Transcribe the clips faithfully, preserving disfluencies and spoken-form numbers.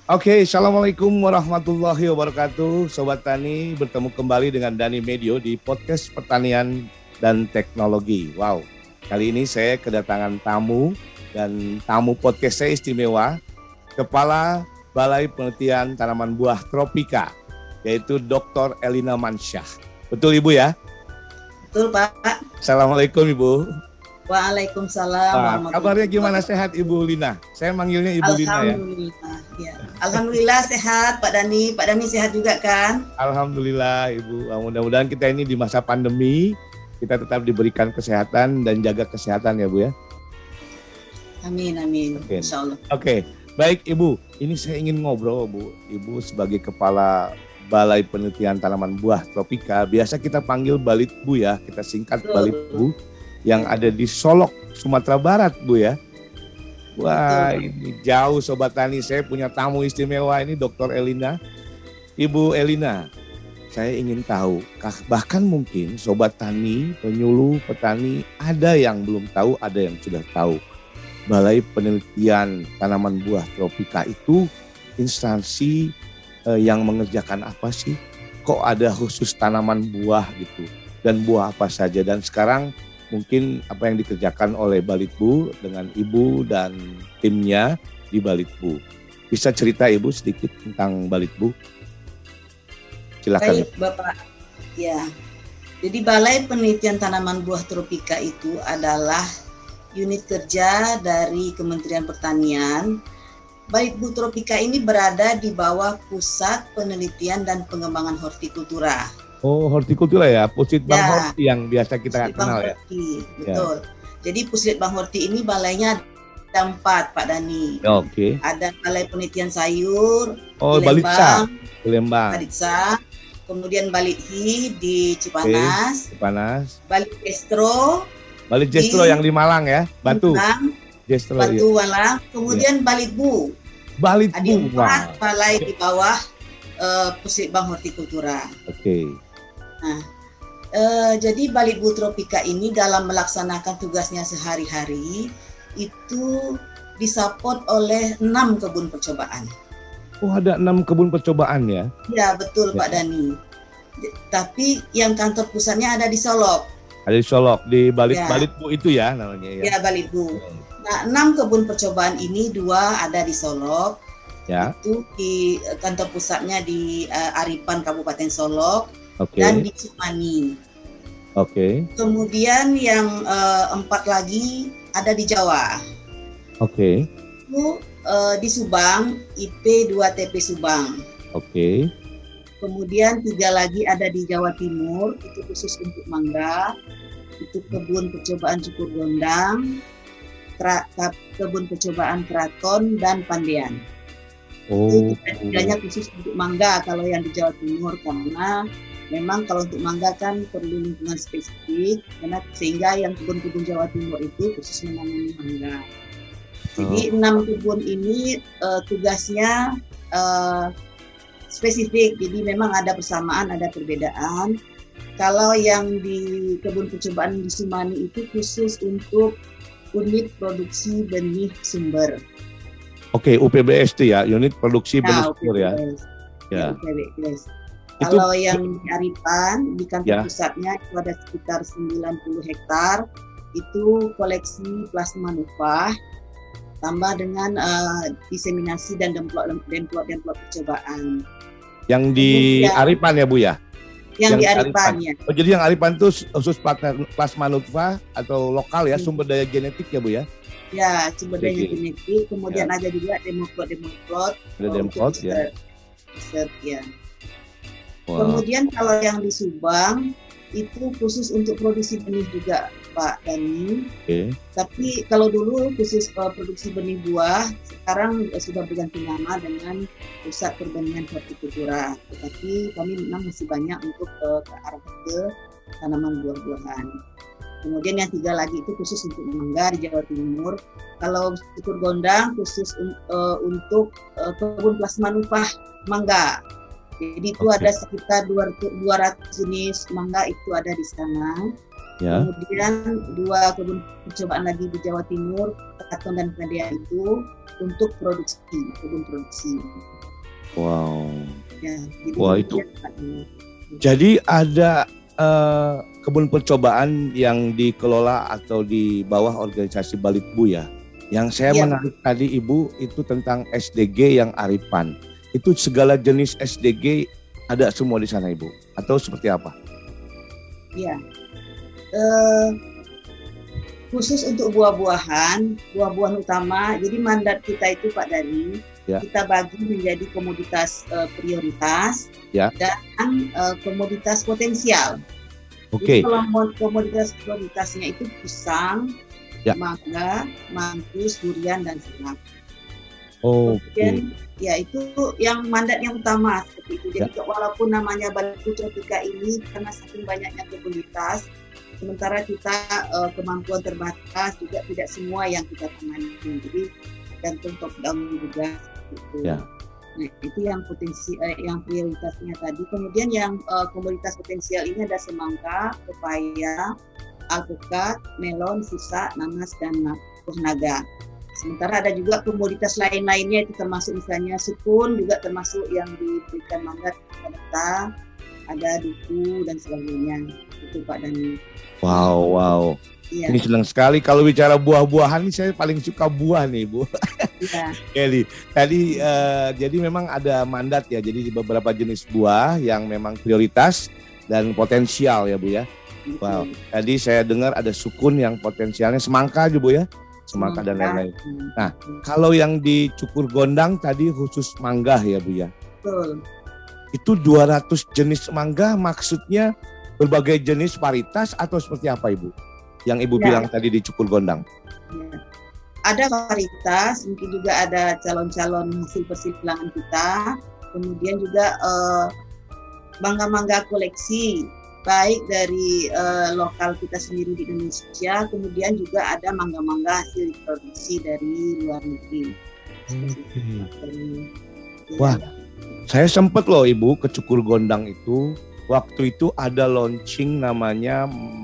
Oke, Assalamualaikum warahmatullahi wabarakatuh. Sobat Tani, bertemu kembali dengan Dani Medio di podcast Pertanian dan Teknologi. Wow, kali ini saya kedatangan tamu dan tamu podcast saya istimewa, Kepala Balai Penelitian Tanaman Buah Tropika, yaitu doktor Elina Mansyah. Betul Ibu ya? Betul Pak. Assalamualaikum Ibu. Waalaikumsalam. Nah, kabarnya gimana, sehat Ibu Lina? Saya manggilnya Ibu Lina ya. Alhamdulillah. Ya. Alhamdulillah sehat Pak Dani. Pak Dani sehat juga kan? Alhamdulillah Ibu. Mudah-mudahan kita ini di masa pandemi kita tetap diberikan kesehatan dan jaga kesehatan ya Bu ya. Amin amin. Okay. Insya Allah. Oke, okay. Baik Ibu. Ini saya ingin ngobrol Bu. Ibu sebagai Kepala Balai Penelitian Tanaman Buah Tropika, biasa kita panggil Balitbu ya. Kita singkat Betul. Balitbu. Yang ada di Solok, Sumatera Barat, Bu ya. Wah, ini jauh Sobat Tani. Saya punya tamu istimewa ini, doktor Elina. Ibu Elina, saya ingin tahu, bahkan mungkin Sobat Tani, penyuluh, petani, ada yang belum tahu, ada yang sudah tahu. Balai Penelitian Tanaman Buah Tropika itu instansi eh, yang mengerjakan apa sih? Kok ada khusus tanaman buah gitu? Dan buah apa saja? Dan sekarang mungkin apa yang dikerjakan oleh Balitbu dengan Ibu dan timnya di Balitbu. Bisa cerita Ibu sedikit tentang Balitbu? Silakan. Baik Bapak. Ya. Jadi Balai Penelitian Tanaman Buah Tropika itu adalah unit kerja dari Kementerian Pertanian. Balitbu Tropika ini berada di bawah Pusat Penelitian dan Pengembangan Hortikultura. Oh, hortikultura ya, Puslit-Bang ya, Horti yang biasa kita Puslit kenal ya. Betul. Ya. Jadi Puslit-Bang Horti ini balainya ada empat Pak Dani. Oke. Okay. Ada Balai Penelitian Sayur oh, di Lembang, di Lembang. Balitsa. Kemudian Balithi di Cipanas. Okay. Cipanas. Balit Jestro. Balit Jestro yang di Malang ya, Batu. Malang, Jestro. Batu Malang. Ya. Kemudian ya. Balitbu. Balitbu. Ada empat wow. balai di bawah uh, Puslit-Bang Hortikultura. Oke. Okay. Nah, eh, jadi Balitbu Tropika ini dalam melaksanakan tugasnya sehari-hari itu disupport oleh enam kebun percobaan. Oh, ada enam kebun percobaan ya? Ya, betul ya. Pak Dani. Tapi yang kantor pusatnya ada di Solok. Ada di Solok, di Balit ya. Balitbu itu ya namanya ya? Ya, Balitbu. Nah, enam kebun percobaan ini dua ada di Solok. Ya. Itu di kantor pusatnya di uh, Aripan Kabupaten Solok. Okay. Dan di Cimani. Oke. Okay. Kemudian yang uh, empat lagi ada di Jawa. Oke. Okay. Itu uh, di Subang, I P dua T P Subang. Oke. Okay. Kemudian tiga lagi ada di Jawa Timur, itu khusus untuk mangga. Itu kebun percobaan Cukur Gondang, kebun percobaan Keraton dan Pandean. Oh. Itu tiganya khusus untuk mangga kalau yang di Jawa Timur, karena memang kalau untuk mangga kan perlu lingkungan spesifik, karena sehingga yang kebun-kebun Jawa Timur itu khusus menangani mangga. Jadi oh. enam kebun ini uh, tugasnya uh, spesifik, jadi memang ada persamaan, ada perbedaan. Kalau yang di kebun percobaan di Sumani itu khusus untuk unit produksi benih sumber. Oke, U P B S itu ya, unit produksi benih nah, sumber ya. Ya, U P B S. Kalau itu, yang di Aripan, di kantor ya. pusatnya itu ada sekitar sembilan puluh hektar, itu koleksi plasma nufah, tambah dengan uh, diseminasi dan demplot-demplot percobaan. Yang di Kemudian, Aripan ya Bu ya? Yang, yang di Aripan, Aripan ya. Oh, jadi yang Aripan itu khusus plasma nufah atau lokal ya, hmm. sumber daya genetik ya Bu ya? Ya, sumber daya okay. genetik, kemudian ya. ada juga demplot-demplot. Ada demplot ya. Set, ya. Wow. Kemudian kalau yang di Subang itu khusus untuk produksi benih juga Pak Dani. Okay. Tapi kalau dulu khusus uh, produksi benih buah, sekarang uh, sudah berganti nama dengan Pusat Perbenihan Hortikultura. Tetapi kami memang masih banyak untuk uh, ke arah ke tanaman buah-buahan. Kemudian yang tiga lagi itu khusus untuk mangga di Jawa Timur. Kalau Cukur Gondang khusus uh, untuk uh, kebun plasma nufah mangga. Jadi itu okay. ada sekitar dua ratus jenis mangga itu ada di sana. Ya. Kemudian dua kebun percobaan lagi di Jawa Timur, Keraton dan Pandean itu untuk produksi, kebun produksi. Wow. Ya, jadi Wah itu. Jadi ada uh, kebun percobaan yang dikelola atau di bawah organisasi Balitbu ya. Yang saya ya. menarik tadi Ibu itu tentang S D G yang Arifan. Itu segala jenis S D G ada semua di sana Ibu? Atau seperti apa? Ya. Uh, khusus untuk buah-buahan, buah-buahan utama. Jadi mandat kita itu Pak Dani, ya. Kita bagi menjadi komoditas uh, prioritas ya. Dan uh, komoditas potensial. Oke. Okay. Kalau komoditas prioritasnya itu pisang, ya. Mangga, manggis, durian dan semak. Oh, kemudian okay. Ya itu yang mandat yang utama seperti itu. Jadi ya. Walaupun namanya Balitbu Tropika ini karena saking banyaknya komoditas, sementara kita uh, kemampuan terbatas juga tidak semua yang kita tangani. Jadi gantung top down juga gitu. Ya. Nah itu yang potensi eh, yang prioritasnya tadi. Kemudian yang uh, komoditas potensial ini ada semangka, pepaya, alpukat, melon, susa, nanas dan buah naga. Sementara ada juga komoditas lain-lainnya itu termasuk misalnya sukun juga termasuk yang diberikan mandat kepada ada duku dan sebagainya. Itu Pak Dani. Wow, wow. Ya. Ini senang sekali kalau bicara buah-buahan, ini saya paling suka buah nih, Bu. Ya. Jadi, tadi uh, jadi memang ada mandat ya. Jadi beberapa jenis buah yang memang prioritas dan potensial ya, Bu ya. Wow. Tadi saya dengar ada sukun yang potensialnya semangka juga, Bu ya. Semangka dan lain-lain. Nah, kalau yang di Cukur Gondang tadi khusus mangga ya, Bu ya. Betul. Itu dua ratus jenis mangga, maksudnya berbagai jenis varietas atau seperti apa Ibu? Yang Ibu ya. Bilang tadi di Cukur Gondang. Ya. Ada varietas, mungkin juga ada calon-calon hasil persilangan kita. Kemudian juga eh, mangga-mangga koleksi, baik dari uh, lokal kita sendiri di Indonesia, kemudian juga ada mangga-mangga hasil produksi dari luar negeri. Okay. Dari, Wah, ya. Saya sempat loh Ibu ke Cukur Gondang itu, waktu itu ada launching namanya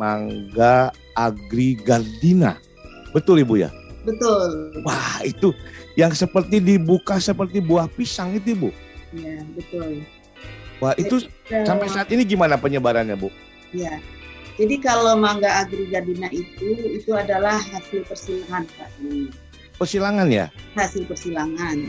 Mangga Agri Gardina. Betul Ibu ya? Betul. Wah itu yang seperti dibuka seperti buah pisang itu Ibu? Iya, betul. Wah itu jadi, sampai saat ini gimana penyebarannya Bu? Ya, jadi kalau Mangga Agri Gardina itu itu adalah hasil persilangan Pak. Persilangan ya? Hasil persilangan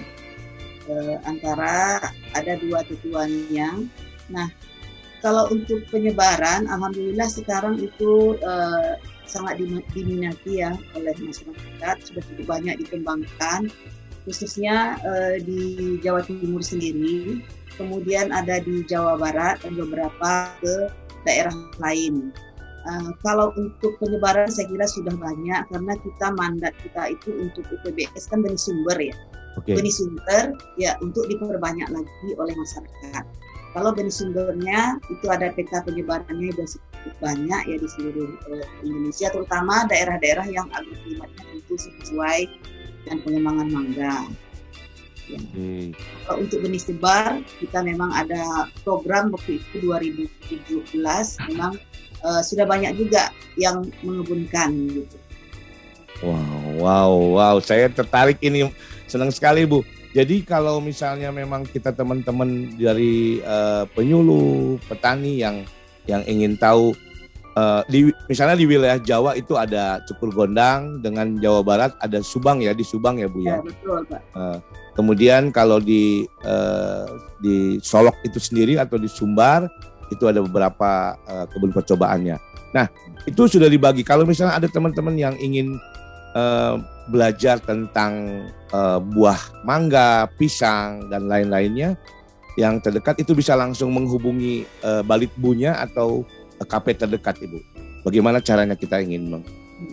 eh, antara ada dua tujuannya. Nah, kalau untuk penyebaran, alhamdulillah sekarang itu eh, sangat diminati ya oleh masyarakat, sudah cukup banyak dikembangkan, khususnya eh, di Jawa Timur sendiri. Kemudian ada di Jawa Barat dan beberapa ke daerah lain. Uh, kalau untuk penyebaran saya kira sudah banyak karena kita mandat kita itu untuk U P B S kan benih sumber ya. Okay. Benih sumber ya untuk diperbanyak lagi oleh masyarakat. Kalau benih sumbernya itu ada peta penyebarannya sudah cukup banyak ya di seluruh uh, Indonesia, terutama daerah-daerah yang agroklimatnya tentu sesuai dengan pengembangan mangga. Ya. Hmm. Kalau untuk benih sebar kita memang ada program waktu itu dua ribu tujuh belas memang uh, sudah banyak juga yang mengebunkan gitu. Wow, wow, wow, saya tertarik ini, senang sekali Bu. Jadi kalau misalnya memang kita teman-teman dari uh, penyuluh, petani yang yang ingin tahu uh, di misalnya di wilayah Jawa itu ada Cukur Gondang, dengan Jawa Barat ada Subang ya, di Subang ya Bu ya. Ya betul Pak. Uh, Kemudian kalau di eh, di Solok itu sendiri atau di Sumbar itu ada beberapa eh, kebun percobaannya. Nah itu sudah dibagi. Kalau misalnya ada teman-teman yang ingin eh, belajar tentang eh, buah mangga, pisang dan lain-lainnya yang terdekat itu bisa langsung menghubungi eh, Balitbunya atau eh, K P terdekat Ibu. Bagaimana caranya kita ingin meng?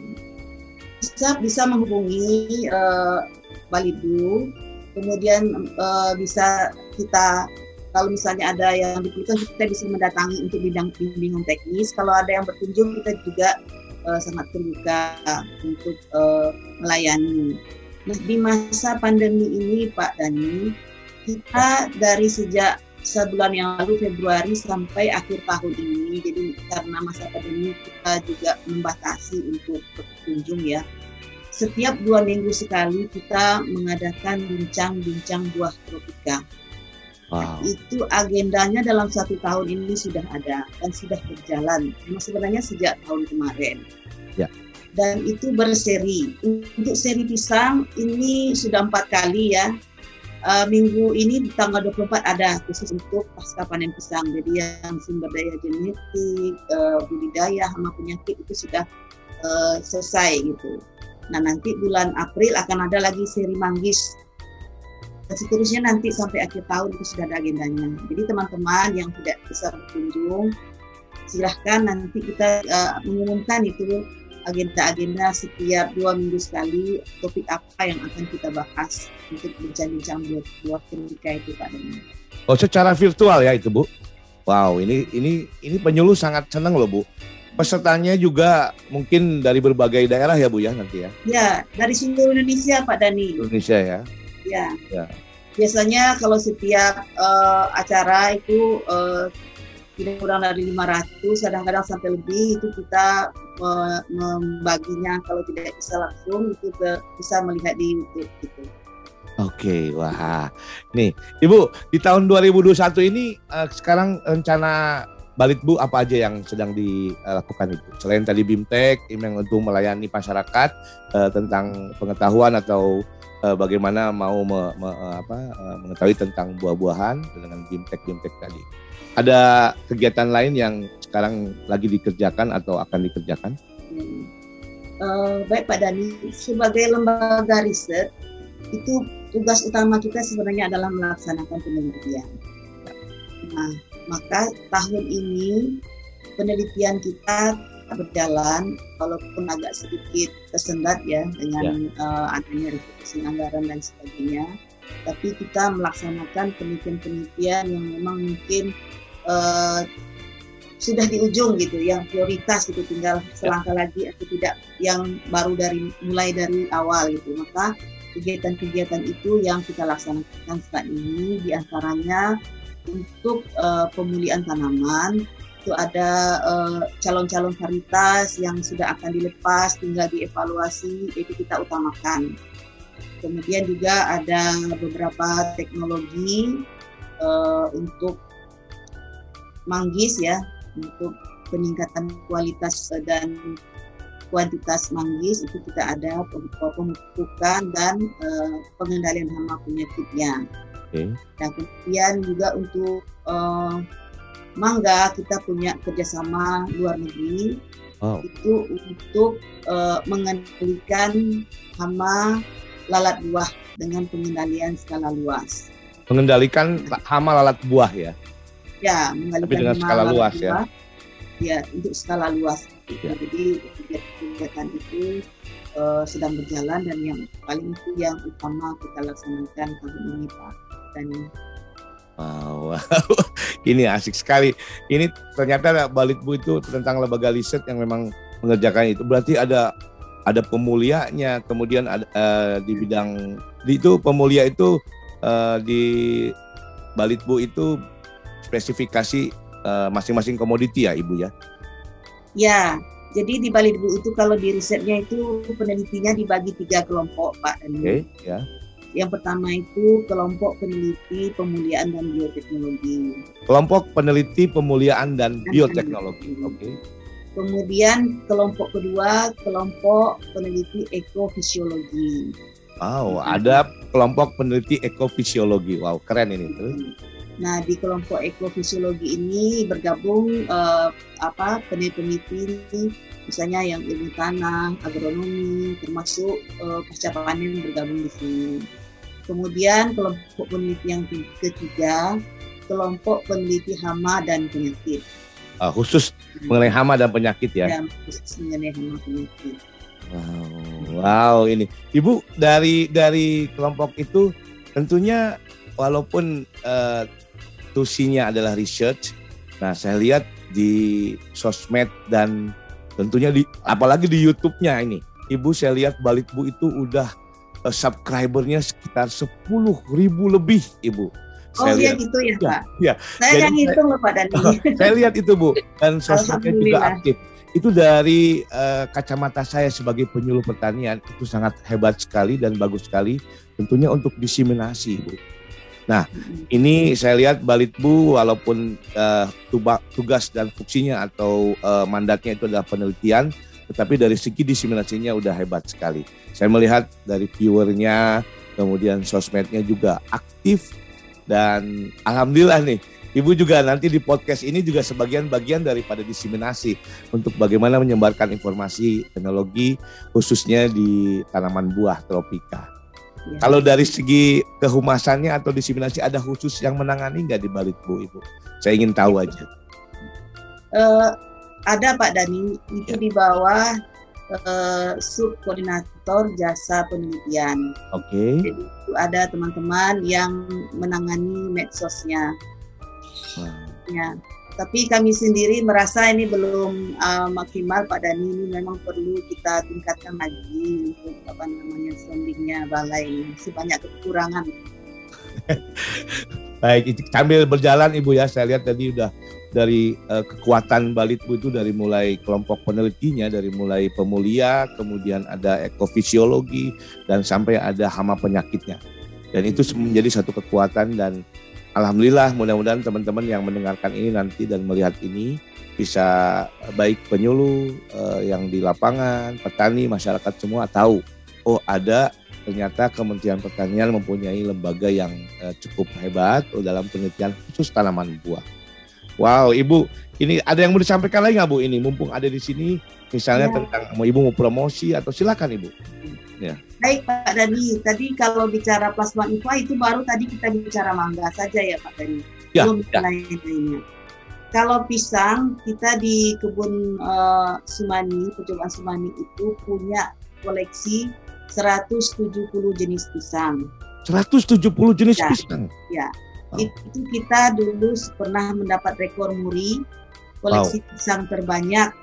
Bisa bisa menghubungi eh, Balitbu. Kemudian uh, bisa kita, kalau misalnya ada yang diperlukan, kita bisa mendatangi untuk bidang bimbingan teknis. Kalau ada yang berkunjung, kita juga uh, sangat terbuka untuk uh, melayani. Nah, di masa pandemi ini, Pak Dani, kita dari sejak sebulan yang lalu Februari sampai akhir tahun ini, jadi karena masa pandemi kita juga membatasi untuk berkunjung ya. Setiap dua minggu sekali kita mengadakan bincang-bincang buah tropika. Wow. Itu agendanya dalam satu tahun ini sudah ada dan sudah berjalan. Memang sebenarnya sejak tahun kemarin. Ya. Dan itu berseri. Untuk seri pisang ini sudah empat kali ya. Uh, minggu ini tanggal dua puluh empat ada khusus untuk pasca panen pisang. Jadi yang sumber daya genetik, uh, budidaya, hama penyakit itu sudah uh, selesai gitu. Nah nanti bulan April akan ada lagi seri manggis. Dan seterusnya nanti sampai akhir tahun itu sudah ada agendanya. Jadi teman-teman yang tidak bisa berkunjung, silahkan nanti kita uh, mengumumkan itu agenda-agenda setiap dua minggu sekali, topik apa yang akan kita bahas untuk bincang-bincang buat buat ketika itu Pak Dani. Oh, secara virtual ya itu Bu? Wow, ini ini ini penyuluh sangat senang loh Bu. Pesertanya juga mungkin dari berbagai daerah ya Bu ya nanti ya? Ya, dari seluruh Indonesia Pak Dani. Indonesia ya? Ya. Ya. Biasanya kalau setiap uh, acara itu uh, tidak kurang dari lima ratus, kadang-kadang sampai lebih, itu kita uh, membaginya kalau tidak bisa langsung itu ke, bisa melihat di YouTube gitu. Oke, wah. Nih, Ibu, di tahun dua ribu dua puluh satu ini uh, sekarang rencana Balitbu apa aja yang sedang dilakukan itu? Selain tadi BIMTEK, yang untuk melayani masyarakat uh, tentang pengetahuan atau uh, bagaimana mau me, me, apa, uh, mengetahui tentang buah-buahan dengan BIMTEK BIMTEK tadi. Ada kegiatan lain yang sekarang lagi dikerjakan atau akan dikerjakan? Hmm. Uh, baik Pak Dani, sebagai lembaga riset itu tugas utama kita sebenarnya adalah melaksanakan penelitian. Nah, maka tahun ini penelitian kita berjalan walaupun agak sedikit tersendat ya dengan ya. uh, adanya refocusing anggaran dan sebagainya, tapi kita melaksanakan penelitian-penelitian yang memang mungkin uh, sudah di ujung gitu, yang prioritas gitu, tinggal selangkah lagi atau tidak, yang baru dari mulai dari awal gitu. Maka kegiatan-kegiatan itu yang kita laksanakan saat ini diantaranya untuk uh, pemulihan tanaman. Itu ada uh, calon-calon varietas yang sudah akan dilepas, tinggal dievaluasi, itu kita utamakan. Kemudian juga ada beberapa teknologi uh, untuk manggis ya, untuk peningkatan kualitas dan kuantitas manggis, itu kita ada pemupukan dan uh, pengendalian hama penyakitnya. Okay. Dan kemudian juga untuk uh, mangga kita punya kerjasama luar negeri. Wow. Itu untuk uh, mengendalikan hama lalat buah dengan pengendalian skala luas. Mengendalikan hama lalat buah ya? Ya, mengendalikan tapi dengan skala luas buah, ya? Ya, untuk skala luas. Ya. Jadi kegiatan itu uh, sedang berjalan dan yang paling itu yang utama kita laksanakan tahun ini Pak. Dan wow, ini asik sekali. Ini ternyata Balitbu itu tentang lembaga riset yang memang mengerjakan itu. Berarti ada ada pemulianya, kemudian ada uh, di bidang di itu pemulia itu uh, di Balitbu itu spesifikasi uh, masing-masing komoditi ya Ibu ya? Ya, jadi di Balitbu itu kalau di risetnya itu penelitinya dibagi tiga kelompok Pak. Oke, okay, ya. Yang pertama itu kelompok peneliti pemuliaan dan bioteknologi. Kelompok peneliti pemuliaan dan bioteknologi. Oke. Okay. Kemudian kelompok kedua kelompok peneliti ekofisiologi. Wow, ada kelompok peneliti ekofisiologi. Wow, keren ini tuh. Nah, di kelompok ekofisiologi ini bergabung uh, apa peneliti misalnya yang ilmu tanah, agronomi, termasuk uh, pasca panen bergabung di sini. Kemudian kelompok peneliti yang ketiga, kelompok peneliti hama dan penyakit. Uh, khusus hmm. mengenai hama dan penyakit ya? Ya, khusus mengenai hama penyakit. Wow, wow ini Ibu dari dari kelompok itu tentunya walaupun uh, tusinya adalah research. Nah, saya lihat di sosmed dan tentunya di apalagi di YouTube-nya ini, Ibu saya lihat Balitbu itu udah uh, subscribernya sekitar sepuluh ribu lebih, Ibu. Oh iya gitu ya, ya Pak. Ya. Saya yang hitung loh Pak Dani. Saya lihat itu Bu, dan sosmednya juga aktif. Itu dari uh, kacamata saya sebagai penyuluh pertanian itu sangat hebat sekali dan bagus sekali. Tentunya untuk diseminasi Bu. Nah, ini saya lihat Balitbu walaupun uh, tugas dan fungsinya atau uh, mandatnya itu adalah penelitian, tetapi dari segi diseminasinya udah hebat sekali. Saya melihat dari viewernya, kemudian sosmednya juga aktif, dan alhamdulillah nih, Ibu juga nanti di podcast ini juga sebagian-bagian daripada diseminasi untuk bagaimana menyebarkan informasi teknologi khususnya di tanaman buah tropika. Ya. Kalau dari segi kehumasannya atau diseminasi ada khusus yang menangani nggak di Balitbu, Ibu? Saya ingin tahu aja. Uh, ada Pak Dani, itu ya. Di bawah uh, subkoordinator jasa penelitian. Oke. Okay. Jadi itu ada teman-teman yang menangani medsosnya. Wow. Ya. Tapi kami sendiri merasa ini belum uh, maksimal Pak Dani, ini memang perlu kita tingkatkan lagi untuk apa namanya soundingnya balai ini, masih banyak kekurangan. Baik, sambil berjalan Ibu ya, saya lihat tadi udah dari uh, kekuatan Balitbu itu dari mulai kelompok penelitinya, dari mulai pemulia, kemudian ada ekofisiologi, dan sampai ada hama penyakitnya. Dan itu menjadi satu kekuatan, dan alhamdulillah mudah-mudahan teman-teman yang mendengarkan ini nanti dan melihat ini bisa baik penyuluh uh, yang di lapangan, petani, masyarakat semua tahu, oh ada ternyata Kementerian Pertanian mempunyai lembaga yang uh, cukup hebat oh, dalam penelitian khusus tanaman buah. Wow, Ibu, ini ada yang mau disampaikan lagi nggak Bu ini? Mumpung ada di sini, misalnya ya. Tentang mau Ibu mau promosi atau silakan Ibu. Ya. Baik Pak Dani, tadi kalau bicara plasma I F A itu baru tadi kita bicara mangga saja ya Pak Dani. Ya, belum ya. lain-lainnya. Kalau pisang, kita di kebun uh, Sumani, percobaan Sumani itu punya koleksi seratus tujuh puluh jenis pisang. seratus tujuh puluh jenis ya. pisang? Ya, wow. Itu kita dulu pernah mendapat rekor muri, koleksi wow. pisang terbanyak.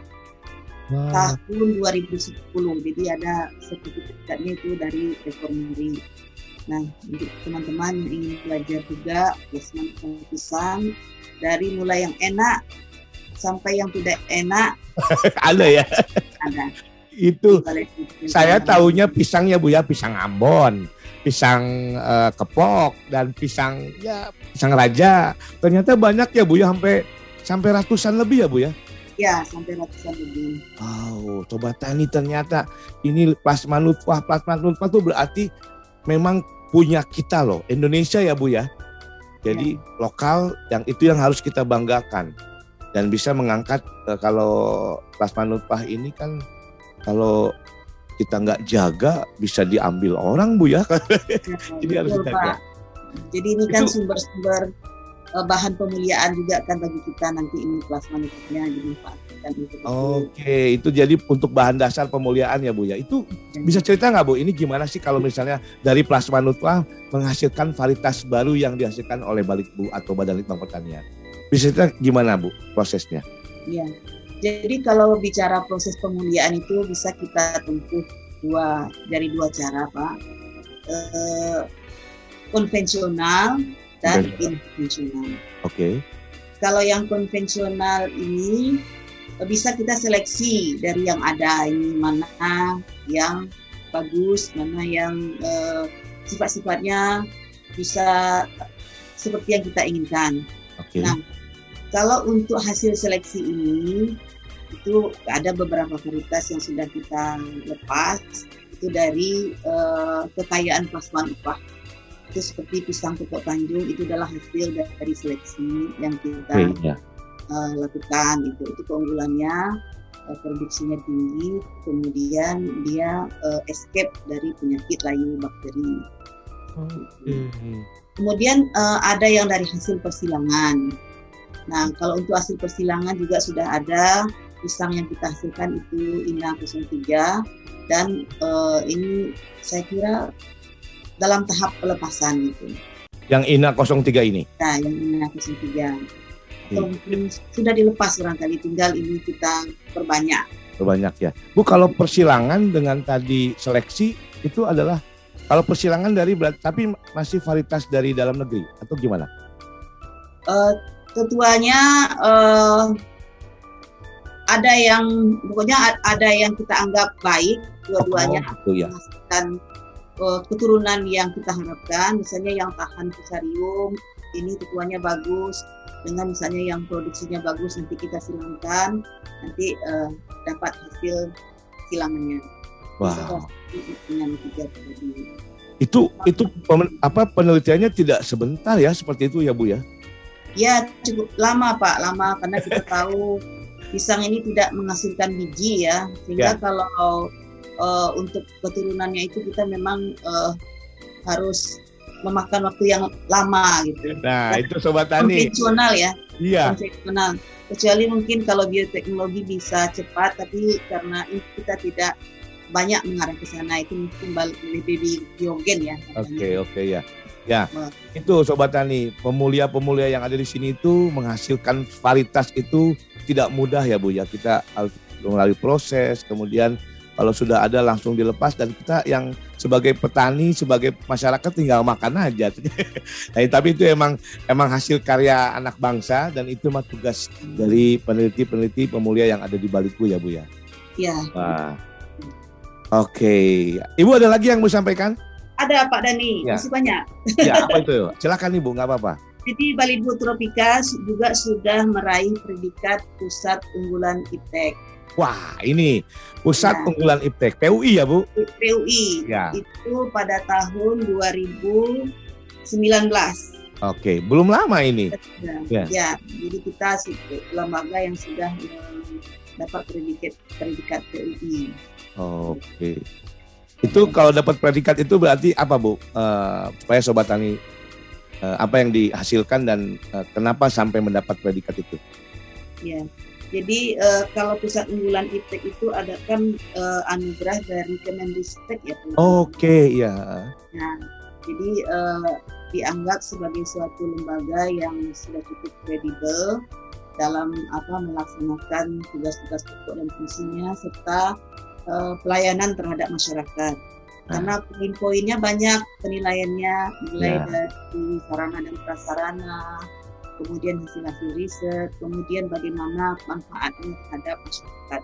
Wow. Tahun dua ribu sepuluh, jadi ada sertifikatnya itu dari rekor muri. Nah, untuk teman-teman yang ingin belajar juga plasma pisang, dari mulai yang enak sampai yang tidak enak. Ada ya? Ada. Itu saya tahunya pisangnya Bu ya, pisang Ambon, pisang uh, kepok, dan pisang ya pisang raja. Ternyata banyak ya Bu ya, sampai sampai ratusan lebih ya Bu ya? Ya, sampai ratusan lebih. Wow, coba tani ternyata ini plasma nutfah, plasma nutfah itu berarti memang punya kita loh, Indonesia ya Bu ya. Jadi ya. Lokal, yang itu yang harus kita banggakan. Dan bisa mengangkat, kalau plasma nutfah ini kan kalau kita nggak jaga bisa diambil orang Bu ya. Ya jadi harus dijaga. Jadi ini kan itu, sumber-sumber bahan pemuliaan juga kan bagi kita nanti ini plasma nutfahnya dimanfaatkan untuk itu. Oke, itu jadi untuk bahan dasar pemuliaan ya Bu ya. Itu ya. Bisa cerita nggak Bu, ini gimana sih kalau misalnya dari plasma nutfah menghasilkan varietas baru yang dihasilkan oleh Balitbu atau Badan Litbang Pertanian? Bisa cerita gimana Bu prosesnya? Iya, jadi kalau bicara proses pemuliaan itu bisa kita tempuh dua dari dua cara Pak. Eh, konvensional dan konvensional. Oke. Okay. Kalau yang konvensional ini bisa kita seleksi dari yang ada, ini mana yang bagus, mana yang eh, sifat-sifatnya bisa seperti yang kita inginkan. Okay. Nah, kalau untuk hasil seleksi ini itu ada beberapa varietas yang sudah kita lepas itu dari eh, kekayaan plasma nutfah. Itu seperti pisang Pokok Tanjung, itu adalah hasil dari seleksi yang kita okay, yeah. uh, lakukan. Itu itu keunggulannya, uh, produksinya tinggi, kemudian dia uh, escape dari penyakit layu bakteri. Okay. Kemudian uh, ada yang dari hasil persilangan. Nah, kalau untuk hasil persilangan juga sudah ada pisang yang kita hasilkan itu I N A nol tiga, dan uh, ini saya kira dalam tahap pelepasan itu. Yang I N A nol tiga ini? Nah, yang I N A nol tiga. Atau mungkin sudah dilepas barangkali, tinggal ini kita perbanyak. Perbanyak ya. Bu, kalau persilangan dengan tadi seleksi itu adalah, kalau persilangan dari, tapi masih varietas dari dalam negeri atau gimana? Uh, ketuanya uh, ada yang, pokoknya ada yang kita anggap baik, dua-duanya oh, ya. menghasilkan uh, keturunan yang kita harapkan, misalnya yang tahan fusarium, ini tutuannya bagus, dengan misalnya yang produksinya bagus, nanti kita silangkan, nanti uh, dapat hasil silangannya. Wow. Dengan tiga itu itu pemen, apa penelitiannya tidak sebentar ya, seperti itu ya Bu ya? Ya cukup lama Pak, lama karena kita tahu pisang ini tidak menghasilkan biji ya, sehingga ya. Kalau uh, untuk keturunannya itu kita memang uh, harus memakan waktu yang lama gitu. Nah, dan itu Sobat Tani. Konvensional ya. Iya. Konvensional. Kecuali mungkin kalau bioteknologi bisa cepat, tapi karena kita tidak banyak mengarah ke sana, itu mungkin lebih biogen ya. Oke, okay, oke okay, ya. Ya, nah. Itu Sobat Tani, pemulia-pemulia yang ada di sini itu menghasilkan varietas itu tidak mudah ya Bu ya. Kita harus melalui proses, kemudian kalau sudah ada langsung dilepas, dan kita yang sebagai petani, sebagai masyarakat tinggal makan aja. Nah, tapi itu emang emang hasil karya anak bangsa, dan itu mah tugas dari peneliti-peneliti pemulia yang ada di Balitbu ya Bu ya. Iya. Wah. Oke, okay. Ibu ada lagi yang mau sampaikan? Ada Pak Dani, ya. Masih banyak. Ya, apa itu? Silakan Ibu, nggak apa-apa. Jadi Balitbu Tropika juga sudah meraih predikat Pusat Unggulan Iptek. Wah, ini Pusat ya. Unggulan Iptek, P U I ya Bu? P U I, ya. Itu pada tahun dua ribu sembilan belas. Oke, belum lama ini. Ya, ya. Jadi kita lembaga yang sudah dapat predikat predikat P U I. Oke. Itu kalau dapat predikat itu berarti apa Bu? Uh, supaya Sobat Tani uh, apa yang dihasilkan dan uh, kenapa sampai mendapat predikat itu? Ya. Jadi uh, kalau Pusat Unggulan Iptek itu ada kan uh, anugerah dari Kemendikbud ya. Oke, okay, ya. Nah, jadi uh, dianggap sebagai suatu lembaga yang sudah cukup kredibel dalam apa melaksanakan tugas-tugas pokok dan fungsinya serta uh, pelayanan terhadap masyarakat. Nah. Karena poin-poinnya banyak penilaiannya, mulai ya. Dari sarana dan prasarana, kemudian hasil-hasil riset, kemudian bagaimana manfaatnya terhadap masyarakat.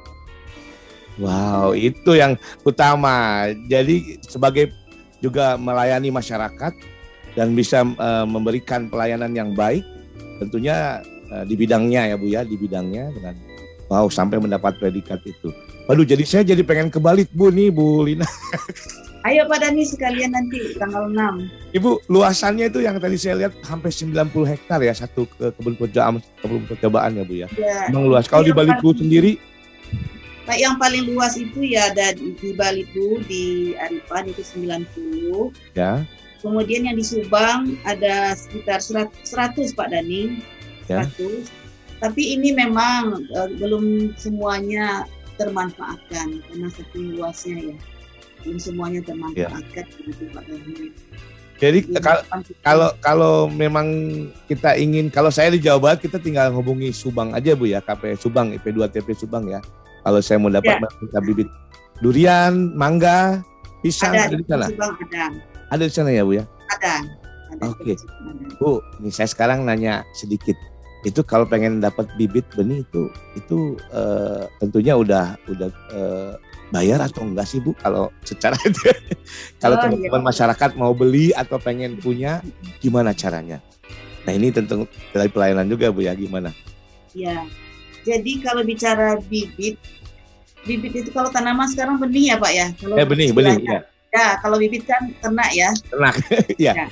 Wow, itu yang utama. Jadi sebagai juga melayani masyarakat dan bisa uh, memberikan pelayanan yang baik, tentunya uh, di bidangnya ya Bu ya, di bidangnya dengan wow sampai mendapat predikat itu. Waduh, jadi saya jadi pengen ke Balitbu nih Bu Lina. Ayo Pak Dani sekalian nanti tanggal enam. Ibu, luasannya itu yang tadi saya lihat hampir sembilan puluh hektar ya, satu ke kebun percobaan, kebun percobaan ya Bu ya. Ya. Memang luas. Kalau di Balitbu sendiri? Pak, yang paling luas itu ya ada di, di Balitbu di Aripan itu sembilan puluh. Ya. Kemudian yang di Subang ada sekitar seratus Pak Dani. Ya. seratus. Tapi ini memang uh, belum semuanya termanfaatkan karena saking luasnya ya. Belum semuanya termanfaatkan ya. Begitu Pak Dani. Jadi kalau kalau kalau memang kita ingin, kalau saya di Jawa Barat kita tinggal hubungi Subang aja Bu ya, K P Subang, I P dua T P Subang ya. Kalau saya mau dapat ya. Bibit durian, mangga, pisang ada, ada di sana. Subang ada. Ada di sana ya Bu ya? Ada. ada Oke. Okay. Bu, ini saya sekarang nanya sedikit. Itu kalau pengen dapat bibit benih itu itu uh, tentunya udah udah uh, bayar atau enggak sih Bu kalau secara itu? Kalau oh, teman-teman iya. masyarakat mau beli atau pengen punya, gimana caranya? Nah ini tentu dari pelayanan juga Bu ya, gimana? Ya. Jadi kalau bicara bibit, bibit itu kalau tanaman sekarang benih ya Pak ya? Kalau eh benih, benih ya. Ya, kalau bibit kan ternak ya. Ternak, ya. ya.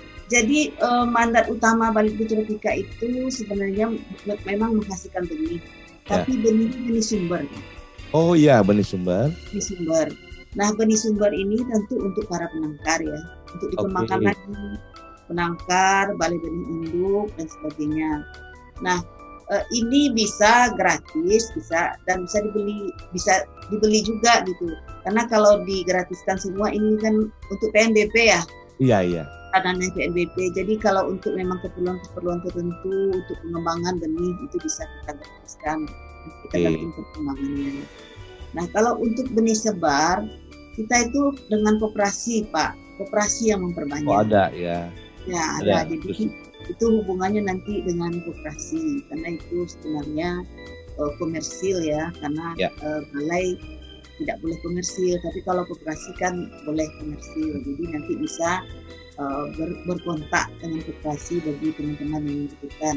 Jadi eh, mandat utama Balitbu Tropika itu sebenarnya memang menghasilkan benih, ya. Tapi benih benih sumber. Oh iya, benih sumber. Benih sumber. Nah, benih sumber ini tentu untuk para penangkar ya, untuk dikembangkan okay. lagi, penangkar, balai benih induk dan sebagainya. Nah, Uh, ini bisa gratis, bisa dan bisa dibeli, bisa dibeli juga gitu. Karena kalau digratiskan semua ini kan untuk P N B P ya. Iya iya. Dananya P N B P. Jadi kalau untuk memang keperluan-keperluan tertentu untuk pengembangan benih itu bisa kita gratiskan. Kita okay. ganti perkembangannya. Nah kalau untuk benih sebar kita itu dengan koperasi Pak, koperasi yang memperbanyak. Oh ada ya. Ya ada. ada. Jadi itu hubungannya nanti dengan koperasi karena itu sebenarnya uh, komersil ya karena ya. uh, balai tidak boleh komersil, tapi kalau koperasi kan boleh komersil. Jadi nanti bisa uh, ber, berkontak dengan koperasi bagi teman-teman yang membutuhkan.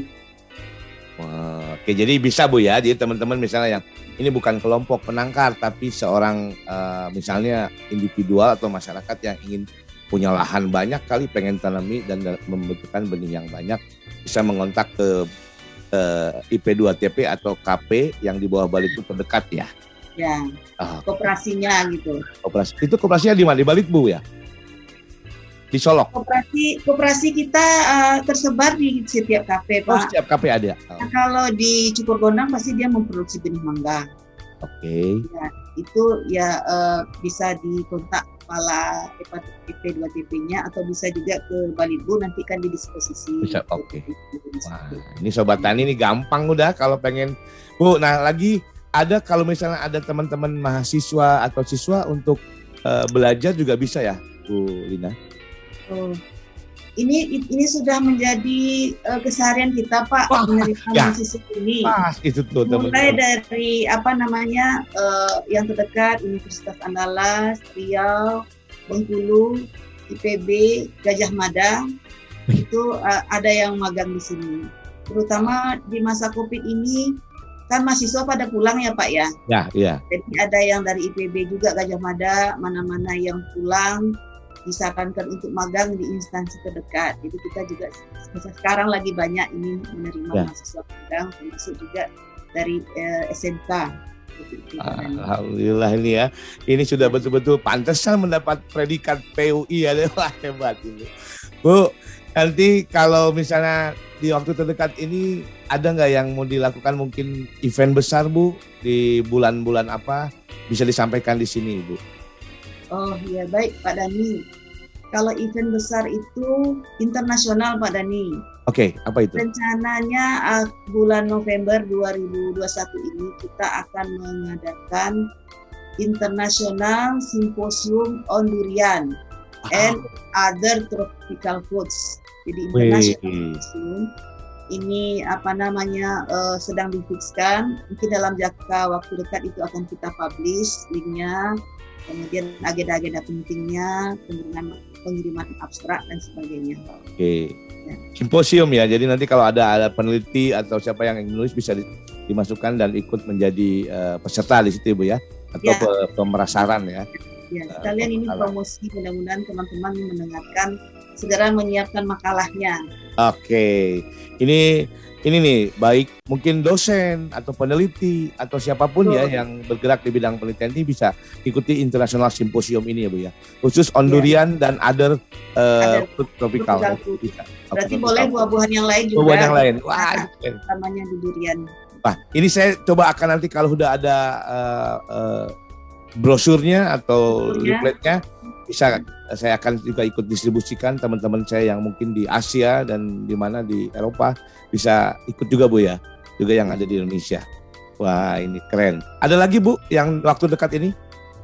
Wah, oke, jadi bisa Bu ya, jadi teman-teman misalnya yang ini bukan kelompok penangkar tapi seorang uh, misalnya individual atau masyarakat yang ingin punya lahan banyak kali pengen tanami dan membutuhkan benih yang banyak, bisa mengontak ke uh, I P dua T P atau K P yang di bawah Balitbu terdekat ya. Ya, oh, koperasinya gitu. Koperasi itu koperasinya di mana? Di Balitbu ya? Di Solok. Koperasi koperasi kita uh, tersebar di setiap K P, Pak. Oh, setiap K P ada. Oh. Nah, kalau di Cukur Gondang pasti dia memproduksi benih mangga. Oke. Okay. Ya, itu ya uh, bisa dikontak kepala I P dua T P-nya atau bisa juga ke Balitbu, nanti kan di disposisi. Bisa, oke. Okay. Wah, ini Sobat Tani ini gampang udah kalau pengen. Bu, nah lagi ada kalau misalnya ada teman-teman mahasiswa atau siswa untuk uh, belajar juga bisa ya, Bu Lina? Oh, ini ini sudah menjadi uh, keseharian kita, Pak, Wah, menerima ya. mahasiswa ini. Pas itu tuh, mulai teman-teman. dari apa namanya uh, yang terdekat Universitas Andalas, Riau, Bengkulu, I P B, Gajah Mada, itu uh, ada yang magang di sini. Terutama di masa Covid ini kan mahasiswa pada pulang ya, Pak ya. Ya, iya. Jadi ada yang dari I P B juga, Gajah Mada, mana-mana yang pulang disarankan untuk magang di instansi terdekat. Jadi kita juga sekarang lagi banyak ini menerima ya. mahasiswa magang, termasuk juga dari eh, S M K. Alhamdulillah ini ya. Ini sudah betul-betul pantesan mendapat predikat P U I ya. Wah, hebat ini. Bu, nanti kalau misalnya di waktu terdekat ini ada nggak yang mau dilakukan mungkin event besar Bu di bulan-bulan apa? Bisa disampaikan di sini Bu. Oh iya, baik Pak Dani. Kalau event besar itu internasional Pak Dani. Oke, okay, apa itu? Rencananya uh, bulan November dua ribu dua puluh satu ini kita akan mengadakan International Symposium on Durian wow. and Other Tropical Foods. Jadi International Symposium ini apa namanya uh, sedang difikskan. Mungkin dalam jangka waktu dekat itu akan kita publish linknya. Kemudian agenda-agenda pentingnya, pengiriman, pengiriman abstrak dan sebagainya. Oke, ya. Simposium ya. Jadi nanti kalau ada ada peneliti atau siapa yang ingin nulis bisa di, dimasukkan dan ikut menjadi uh, peserta di situ Bu ya, atau ya. Pe, pemerasaran ya. Ya, sekalian uh, ini promosi, mudah-mudahan teman-teman mendengarkan segera menyiapkan makalahnya. Oke, ini ini nih baik mungkin dosen atau peneliti atau siapapun oh. ya yang bergerak di bidang penelitian ini bisa ikuti International Symposium ini ya Bu ya, khusus on yeah. durian dan other uh, fruit tropical. Bisa. Berarti okay, boleh buah-buahan yang lain juga. Buah-buahan yang lain. Wah, namanya di durian. Wah, ini saya coba akan nanti kalau sudah ada uh, uh, brosurnya atau leafletnya bisa saya akan juga ikut distribusikan teman-teman saya yang mungkin di Asia dan di mana di Eropa bisa ikut juga Bu ya, juga yang ada di Indonesia. Wah ini keren. Ada lagi Bu yang waktu dekat ini?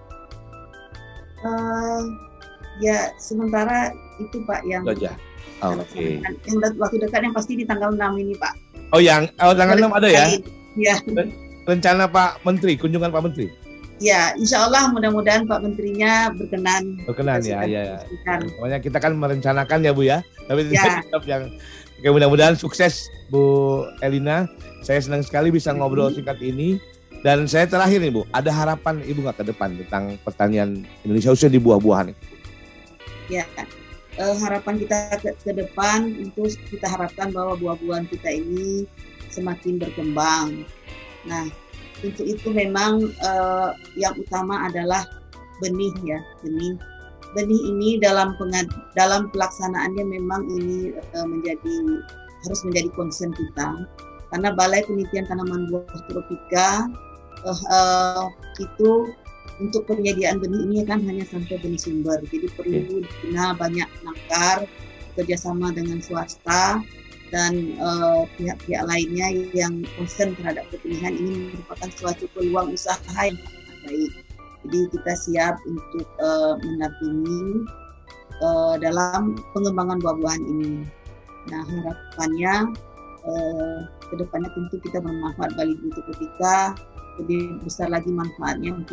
Uh, ya sementara itu Pak yang. Saja. Oh, oke. Okay. Yang waktu dekat yang pasti di tanggal enam ini Pak. Oh yang oh, tanggal enam ada ya? Iya. Rencana Pak Menteri, kunjungan Pak Menteri. Ya, insya Allah mudah-mudahan Pak Menterinya berkenan. Berkenan ya, ya. Pokoknya kita kan merencanakan ya Bu ya. Tapi ya. tetap yang oke, mudah-mudahan sukses Bu Elina. Saya senang sekali bisa ngobrol singkat ini. Dan saya terakhir nih Bu, ada harapan Ibu nggak ke depan tentang pertanian Indonesia khususnya di buah-buahan? Ya, eh, harapan kita ke, ke depan itu kita harapkan bahwa buah-buahan kita ini semakin berkembang. Nah, untuk itu memang uh, yang utama adalah benih ya, benih. Benih ini dalam pengad, dalam pelaksanaannya memang ini uh, menjadi harus menjadi concern kita. Karena Balai Penelitian Tanaman Buah Tropika uh, uh, itu untuk penyediaan benih ini kan hanya sampai benih sumber. Jadi perlu dibina banyak penangkar, kerjasama dengan swasta dan uh, pihak-pihak lainnya yang concern terhadap pemilihan ini merupakan suatu peluang usaha yang sangat baik. Jadi kita siap untuk uh, mendampingi uh, dalam pengembangan buah-buahan ini. Nah harapannya uh, kedepannya tentu kita bermanfaat bagi Balitbu Tropika, lebih besar lagi manfaatnya untuk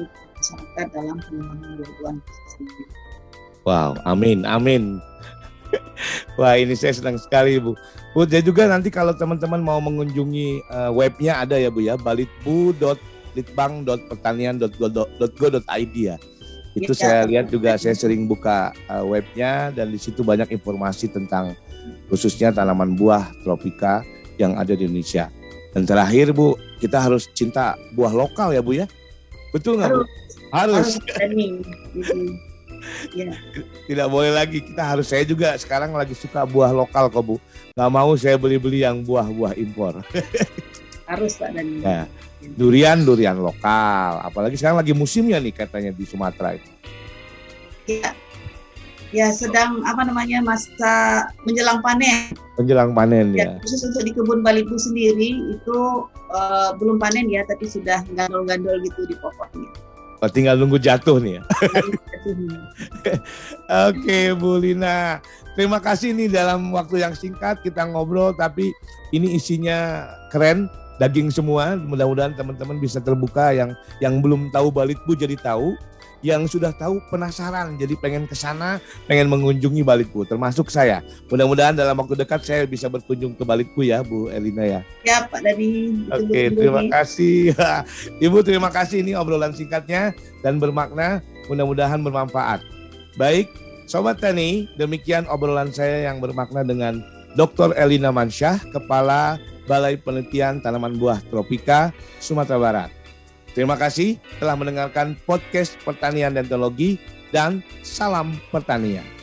masyarakat dalam pengembangan buah-buahan. Wow, amin, amin. Wah, ini saya senang sekali, Bu. Bu, jadi juga nanti kalau teman-teman mau mengunjungi uh, webnya ada ya, Bu ya, balitbu dot litbang dot pertanian dot go dot i d ya. Itu ya, saya lihat juga, saya sering buka uh, webnya dan di situ banyak informasi tentang khususnya tanaman buah tropika yang ada di Indonesia. Dan terakhir, Bu, kita harus cinta buah lokal ya, Bu ya. Betul nggak, Bu? Harus. harus. Ya. Tidak boleh lagi, kita harus, saya juga sekarang lagi suka buah lokal kok, Bu. Gak mau saya beli-beli yang buah-buah impor. Harus, Pak Dani. Ya. Durian, durian lokal. Apalagi sekarang lagi musimnya nih katanya di Sumatera itu. Ya, ya sedang apa namanya masa menjelang panen. Menjelang panen ya. ya. Khusus untuk di kebun Balitbu sendiri itu uh, belum panen ya, tapi sudah gandol-gandol gitu di pokoknya. Oh, tinggal nunggu jatuh nih ya. Oke, Bu Lina. Terima kasih nih, dalam waktu yang singkat kita ngobrol tapi ini isinya keren, daging semua. Mudah-mudahan teman-teman bisa terbuka, yang yang belum tahu Balitbu jadi tahu, yang sudah tahu penasaran jadi pengen ke sana, pengen mengunjungi Balitbu, termasuk saya. Mudah-mudahan dalam waktu dekat saya bisa berkunjung ke Balitbu ya, Bu Elina ya. Ya, Pak Dani. Oke, terima kasih. Ibu, terima kasih, ini obrolan singkatnya dan bermakna, mudah-mudahan bermanfaat. Baik, Sobat Tani, demikian obrolan saya yang bermakna dengan Doktor Elina Mansyah, Kepala Balai Penelitian Tanaman Buah Tropika, Sumatera Barat. Terima kasih telah mendengarkan podcast Pertanian dan Teknologi, dan salam pertanian.